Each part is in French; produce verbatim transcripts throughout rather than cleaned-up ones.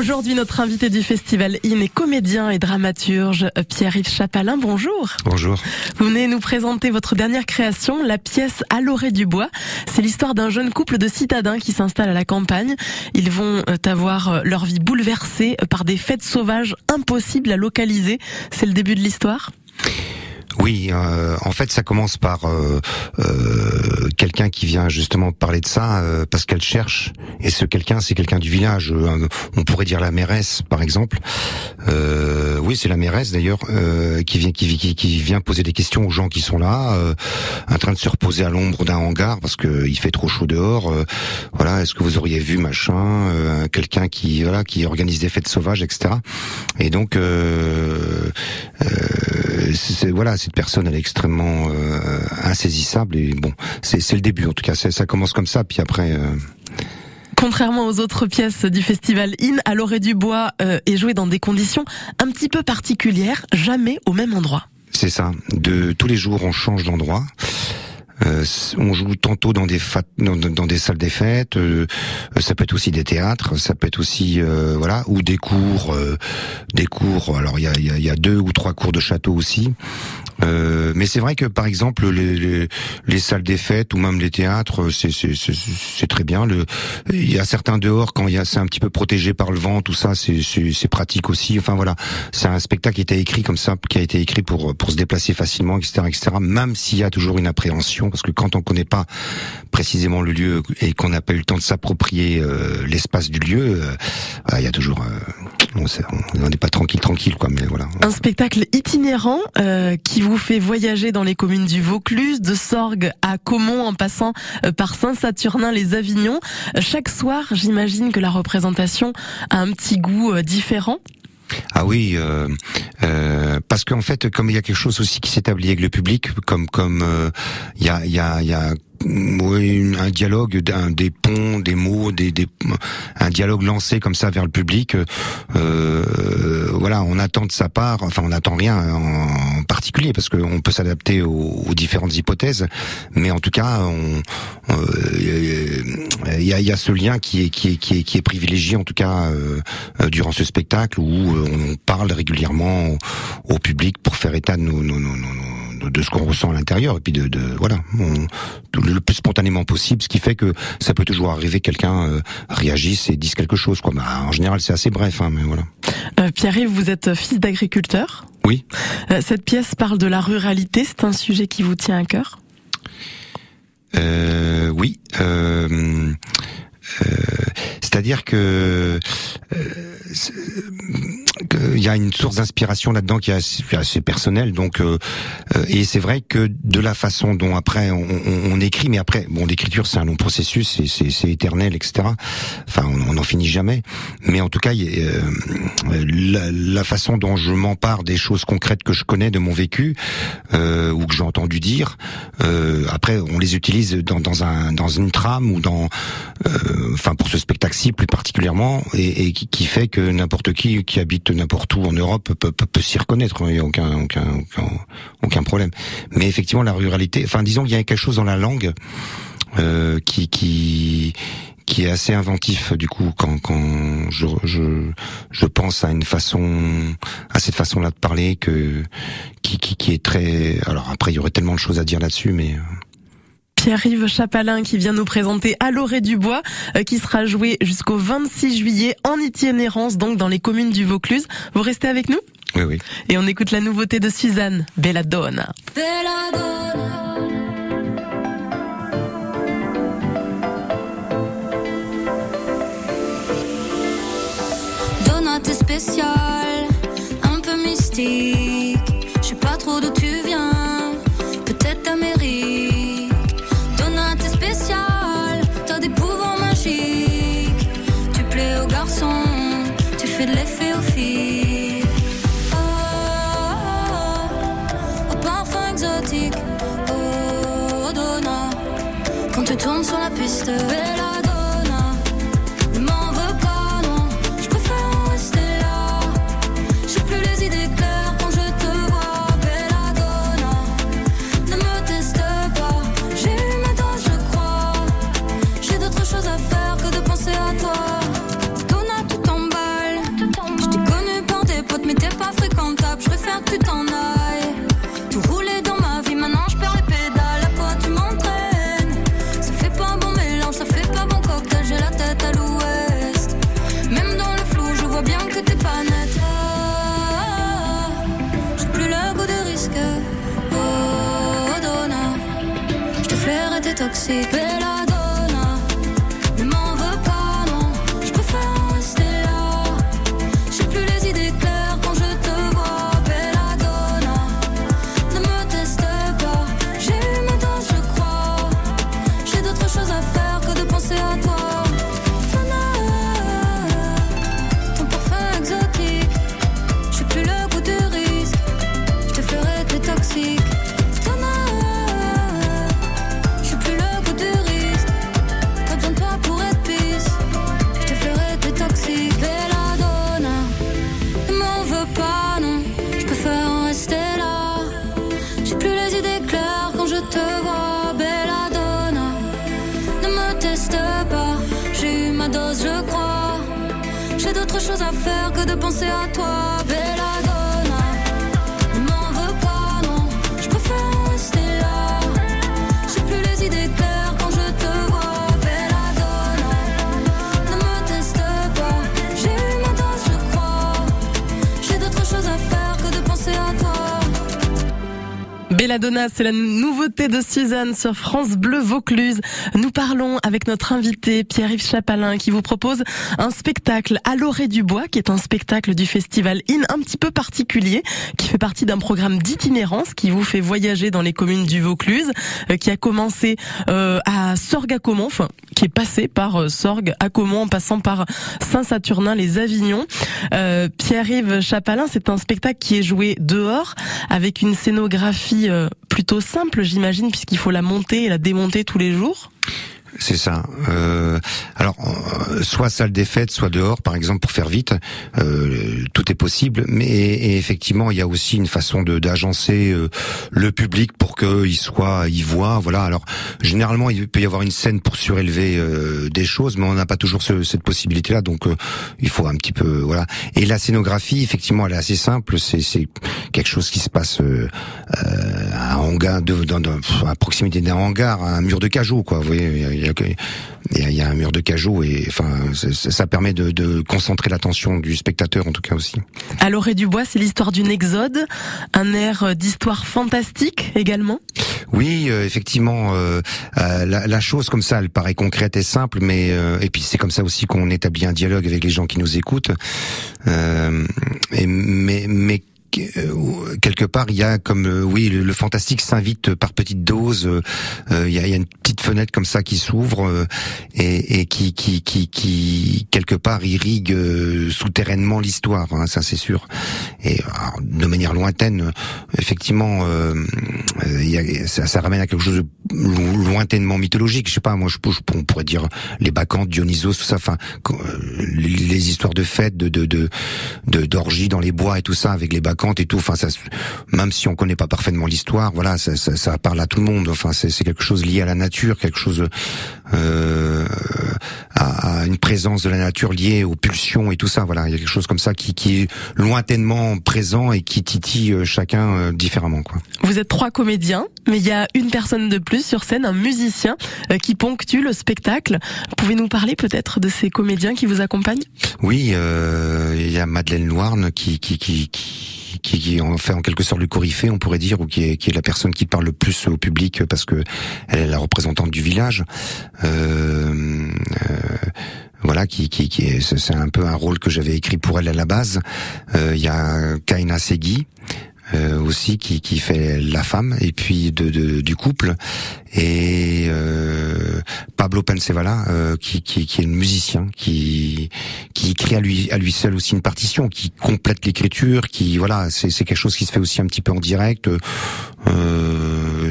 Aujourd'hui, notre invité du Festival In est comédien et dramaturge Pierre-Yves Chapalin. Bonjour. Bonjour. Vous venez nous présenter votre dernière création, la pièce À l'orée du bois. C'est l'histoire d'un jeune couple de citadins qui s'installe à la campagne. Ils vont avoir leur vie bouleversée par des fêtes sauvages impossibles à localiser. C'est le début de l'histoire ? Oui, euh, en fait, ça commence par euh, euh, quelqu'un qui vient justement parler de ça euh, parce qu'elle cherche. Et ce quelqu'un, c'est quelqu'un du village. Euh, on pourrait dire la mairesse, par exemple. Euh, oui, c'est la mairesse d'ailleurs euh, qui vient qui, qui, qui vient poser des questions aux gens qui sont là, euh, en train de se reposer à l'ombre d'un hangar parce que il fait trop chaud dehors. Euh, voilà, est-ce que vous auriez vu machin euh, quelqu'un qui voilà qui organise des fêtes sauvages, et cetera. Et donc euh, euh, c'est, voilà. Cette personne, elle est extrêmement euh, insaisissable et bon, c'est, c'est le début en tout cas. C'est, ça commence comme ça, puis après. Euh... Contrairement aux autres pièces du Festival In, À l'orée du bois euh, est joué dans des conditions un petit peu particulières, jamais au même endroit. C'est ça. De tous les jours, on change d'endroit. Euh, on joue tantôt dans des fa- dans, dans des salles des fêtes, euh, ça peut être aussi des théâtres, ça peut être aussi euh, voilà ou des cours, euh, des cours. Alors il y a, y, a, y a deux ou trois cours de château aussi. Euh, mais c'est vrai que par exemple les, les, les salles des fêtes ou même les théâtres, c'est, c'est, c'est, c'est très bien. Le, il y a certains dehors quand il y a c'est un petit peu protégé par le vent, tout ça, c'est, c'est, c'est pratique aussi. Enfin voilà, c'est un spectacle qui a été écrit comme ça, qui a été écrit pour pour se déplacer facilement, et cetera, et cetera. Même s'il y a toujours une appréhension. Parce que quand on connaît pas précisément le lieu et qu'on n'a pas eu le temps de s'approprier euh, l'espace du lieu, il euh, y a toujours, euh, on n'est pas tranquille, tranquille, quoi. Mais voilà. Un spectacle itinérant euh, qui vous fait voyager dans les communes du Vaucluse, de Sorgues à Caumont, en passant euh, par Saint-Saturnin-les-Avignon. Chaque soir, j'imagine que la représentation a un petit goût euh, différent. Ah oui, euh, euh, parce qu'en fait, comme il y a quelque chose aussi qui s'établit avec le public, comme comme il euh, y a il y a il y a oui, un dialogue, un, des ponts, des mots, des, des, un dialogue lancé comme ça vers le public. Euh, voilà, on attend de sa part, enfin on n'attend rien en, en particulier parce qu'on peut s'adapter aux, aux différentes hypothèses, mais en tout cas, il euh, y, a, y a ce lien qui est qui est qui est, qui est privilégié en tout cas euh, durant ce spectacle où on parle régulièrement au, au public pour faire état de nos, nos, nos, nos, de ce qu'on ressent à l'intérieur et puis de, de voilà. On, le plus spontanément possible, ce qui fait que ça peut toujours arriver que quelqu'un euh, réagisse et dise quelque chose, quoi. Bah, en général, c'est assez bref, hein, mais voilà. Euh, Pierre-Yves, vous êtes fils d'agriculteur. Oui. Euh, cette pièce parle de la ruralité. C'est un sujet qui vous tient à cœur. Euh, oui. Euh, euh, c'est-à-dire que il y a une source d'inspiration là-dedans qui est assez, assez personnelle, donc euh, et c'est vrai que de la façon dont après on, on, on écrit, mais après bon l'écriture c'est un long processus, c'est, c'est, c'est éternel, et cetera. Enfin on n'en finit jamais, mais en tout cas y a, euh, la, la façon dont je m'empare des choses concrètes que je connais de mon vécu euh, ou que j'ai entendu dire, euh, après on les utilise dans, dans un dans une trame ou dans euh, enfin pour ce spectacle-ci plus particulièrement et, et qui, qui fait que n'importe qui qui habite n'importe où en Europe peut, peut, peut s'y reconnaître, il n'y a aucun, aucun, aucun, aucun problème. Mais effectivement, la ruralité, enfin disons qu'il y a quelque chose dans la langue euh, qui, qui, qui est assez inventif du coup quand, quand je, je, je pense à une façon, à cette façon-là de parler que, qui, qui, qui est très. Alors après, il y aurait tellement de choses à dire là-dessus, mais. Pierre-Yves Chapalin qui vient nous présenter À l'orée du bois, euh, qui sera joué jusqu'au vingt-six juillet en itinérance, donc dans les communes du Vaucluse. Vous restez avec nous ? Oui, oui. Et on écoute la nouveauté de Suzanne, Belladonna. Belladonna. Donna, t'es spécial, un peu mystique. Je sais pas trop d'où tu viens, peut-être d'Amérique. T'as des pouvoirs magiques. Tu plais aux garçons, tu fais de l'effet aux filles. Oh, oh, oh, au parfum exotique. Oh, Donna, quand tu tournes sur la piste. Belladonna, ne m'en veux pas, non. Je préfère rester là. J'ai plus les idées claires quand je te vois. Belladonna, ne me teste pas. J'ai eu ma dose, je crois. J'ai d'autres choses à faire que de penser à toi. Donna, tout t'emballe. toxique. Belladonna, ne m'en veux pas, non. Je préfère en rester là. J'ai plus les idées claires quand je te vois. Belladonna, ne me teste pas. J'ai eu ma dose, je crois. J'ai d'autres choses à faire que de penser à toi. Ton parfum exotique. J'ai plus le goût du risque. Je te ferai des toxiques. Je crois, j'ai d'autres choses à faire que de penser à toi. Belladonna, ne m'en veux pas, non. Je préfère rester là. J'ai plus les idées claires quand je te vois. Belladonna, ne me teste pas. J'ai eu ma dose, je crois. J'ai d'autres choses à faire que de penser à toi. Belladonna, c'est la nouveauté de Suzanne sur France Bleu Vaucluse. Nous parlons avec notre invité Pierre-Yves Chapalin qui vous propose un spectacle à l'Orée du Bois, qui est un spectacle du festival In un petit peu particulier, qui fait partie d'un programme d'itinérance qui vous fait voyager dans les communes du Vaucluse, euh, qui a commencé euh, à Sorgues-à-Caumont, enfin, qui est passé par euh, Sorgues à Caumont en passant par Saint-Saturnin, les Avignons. Euh, Pierre-Yves Chapalin, c'est un spectacle qui est joué dehors avec une scénographie euh, plutôt simple, j'imagine, puisqu'il faut la monter et la démonter tous les jours. C'est ça. Euh, alors, euh, soit salle des fêtes, soit dehors, par exemple, pour faire vite. Euh, tout est possible. Mais et effectivement, il y a aussi une façon de d'agencer euh, le public pour qu'il soit, il voit. Voilà. Alors, généralement, il peut y avoir une scène pour surélever euh, des choses, mais on n'a pas toujours ce, cette possibilité-là. Donc, euh, il faut un petit peu, voilà. Et la scénographie, effectivement, elle est assez simple. C'est, c'est quelque chose qui se passe euh, euh, à hangar, de, dans, dans, à proximité d'un hangar, un mur de cajou, quoi. Vous voyez. Il y, a, il y a un mur de cajou et enfin ça, ça permet de, de concentrer l'attention du spectateur en tout cas aussi. À l'Orée du Bois, c'est l'histoire d'une exode, un air d'histoire fantastique également. Oui, euh, effectivement, euh, euh, la, la chose comme ça, elle paraît concrète et simple, mais euh, et puis c'est comme ça aussi qu'on établit un dialogue avec les gens qui nous écoutent. Euh, et, mais mais quelque part, il y a comme euh, oui, le, le fantastique s'invite par petites doses. Euh, il, y a, il y a une petite fenêtre comme ça qui s'ouvre euh, et, et qui, qui, qui, qui quelque part irrigue euh, souterrainement l'histoire. Hein, ça, c'est sûr. Et alors, de manière lointaine, effectivement, euh, il y a, ça, ça ramène à quelque chose de lointainement mythologique. Je sais pas, moi, je, je on pourrait dire les bacchantes, Dionysos, tout ça. Enfin, les, les histoires de fêtes, de, de, de, de d'orgies dans les bois et tout ça, avec les bacchantes et tout, enfin ça, même si on connaît pas parfaitement l'histoire, voilà, ça, ça, ça parle à tout le monde. Enfin, c'est, c'est quelque chose lié à la nature, quelque chose euh, à, à une présence de la nature liée aux pulsions et tout ça. Voilà, il y a quelque chose comme ça qui, qui est lointainement présent et qui titille chacun euh, différemment, quoi. Vous êtes trois comédiens, mais il y a une personne de plus sur scène, un musicien euh, qui ponctue le spectacle. Pouvez nous parler peut-être de ces comédiens qui vous accompagnent ? Oui, euh, il y a Madeleine Louarn qui qui qui, qui qui, qui en fait en quelque sorte le coryphée, on pourrait dire, ou qui est, qui est la personne qui parle le plus au public parce que elle est la représentante du village. Euh, euh, voilà, qui, qui, qui est, c'est un peu un rôle que j'avais écrit pour elle à la base. Euh, il y a Kaina Segui. Euh, aussi qui, qui fait la femme et puis de, de du couple et euh, Pablo Pensevala euh, qui, qui qui est le musicien qui qui écrit à lui à lui seul aussi une partition, qui complète l'écriture, qui voilà, c'est c'est quelque chose qui se fait aussi un petit peu en direct. Euh, euh,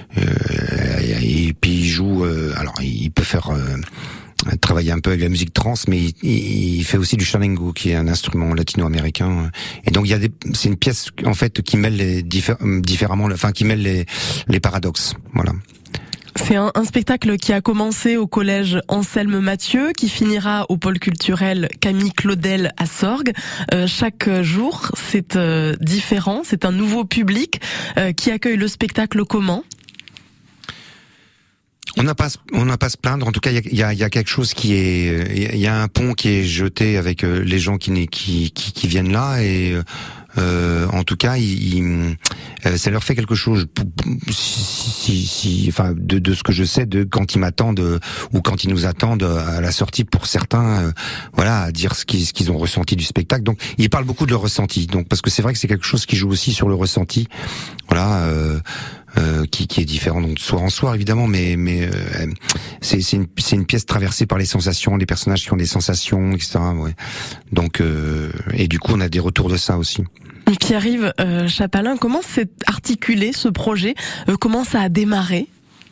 et puis il joue euh, alors il peut faire euh, travailler un peu avec la musique trans, mais il, il fait aussi du charango, qui est un instrument latino-américain. Et donc il y a des, c'est une pièce en fait qui mêle les diffé- différemment, enfin qui mêle les, les paradoxes. Voilà. C'est un, un spectacle qui a commencé au collège Anselme Mathieu, qui finira au pôle culturel Camille Claudel à Sorgues. Euh, chaque jour, c'est euh, différent, c'est un nouveau public euh, qui accueille le spectacle comment ? On n'a pas, on n'a pas à se plaindre. En tout cas, il y a, y a quelque chose qui est, il y a un pont qui est jeté avec les gens qui, qui, qui, qui viennent là et. Euh, en tout cas, il, il, euh, ça leur fait quelque chose. Si, si, si, enfin, de, de ce que je sais, de quand ils m'attendent euh, ou quand ils nous attendent à la sortie, pour certains, euh, voilà, à dire ce qu'ils, ce qu'ils ont ressenti du spectacle. Donc, ils parlent beaucoup de leur ressenti. Donc, parce que c'est vrai que c'est quelque chose qui joue aussi sur le ressenti. Voilà. Euh, Euh, qui, qui est différent donc de soir en soir évidemment, mais mais euh, c'est c'est une c'est une pièce traversée par les sensations, les personnages qui ont des sensations, et cetera. Ouais. Donc euh, et du coup on a des retours de ça aussi. Pierre-Yves euh, Chapalin, comment s'est articulé ce projet, euh, comment ça a démarré?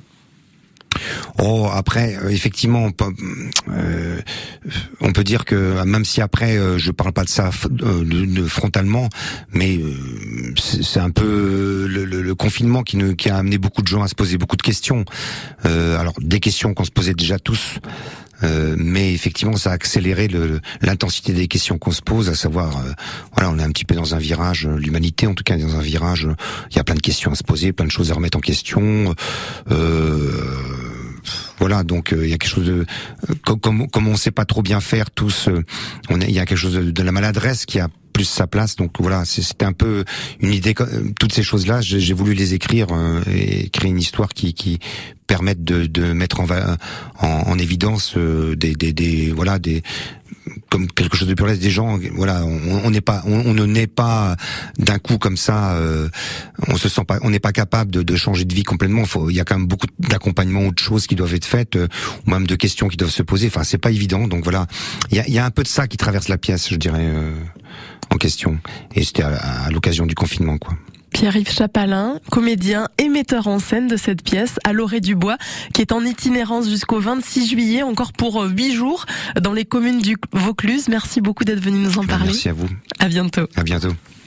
Oh, après, euh, effectivement, on peut, euh, on peut dire que même si après, euh, je parle pas de ça euh, de, de frontalement, mais euh, c'est, c'est un peu le, le, le confinement qui, nous, qui a amené beaucoup de gens à se poser beaucoup de questions. Euh, alors, des questions qu'on se posait déjà tous. Euh, mais effectivement, ça a accéléré le, l'intensité des questions qu'on se pose, à savoir, euh, voilà, on est un petit peu dans un virage, l'humanité en tout cas, dans un virage, il y a plein de questions à se poser, plein de choses à remettre en question. Euh, voilà, donc il euh, y a quelque chose de, euh, comme, comme, comme on sait pas trop bien faire tous, euh, on il y a quelque chose de, de la maladresse qui a plus sa place. Donc voilà, c'était un peu une idée. Toutes ces choses-là, j'ai, j'ai voulu les écrire euh, et créer une histoire qui, qui permette de, de mettre en, en, en évidence euh, des, des, des, voilà, des, comme quelque chose de burlesque, des gens. Voilà, on n'est pas, on, on ne naît pas d'un coup comme ça. Euh, on se sent pas, on n'est pas capable de, de changer de vie complètement. Faut, il y a quand même beaucoup d'accompagnements ou de choses qui doivent être faites, euh, ou même de questions qui doivent se poser. Enfin, c'est pas évident. Donc voilà, il y a, il y a un peu de ça qui traverse la pièce, je dirais. Euh, en question, et c'était à, à l'occasion du confinement, quoi. Pierre-Yves Chapalin, comédien et metteur en scène de cette pièce à l'Orée du Bois, qui est en itinérance jusqu'au vingt-six juillet, encore pour huit jours, dans les communes du Vaucluse. Merci beaucoup d'être venu nous en parler. Merci à vous. À bientôt. À bientôt.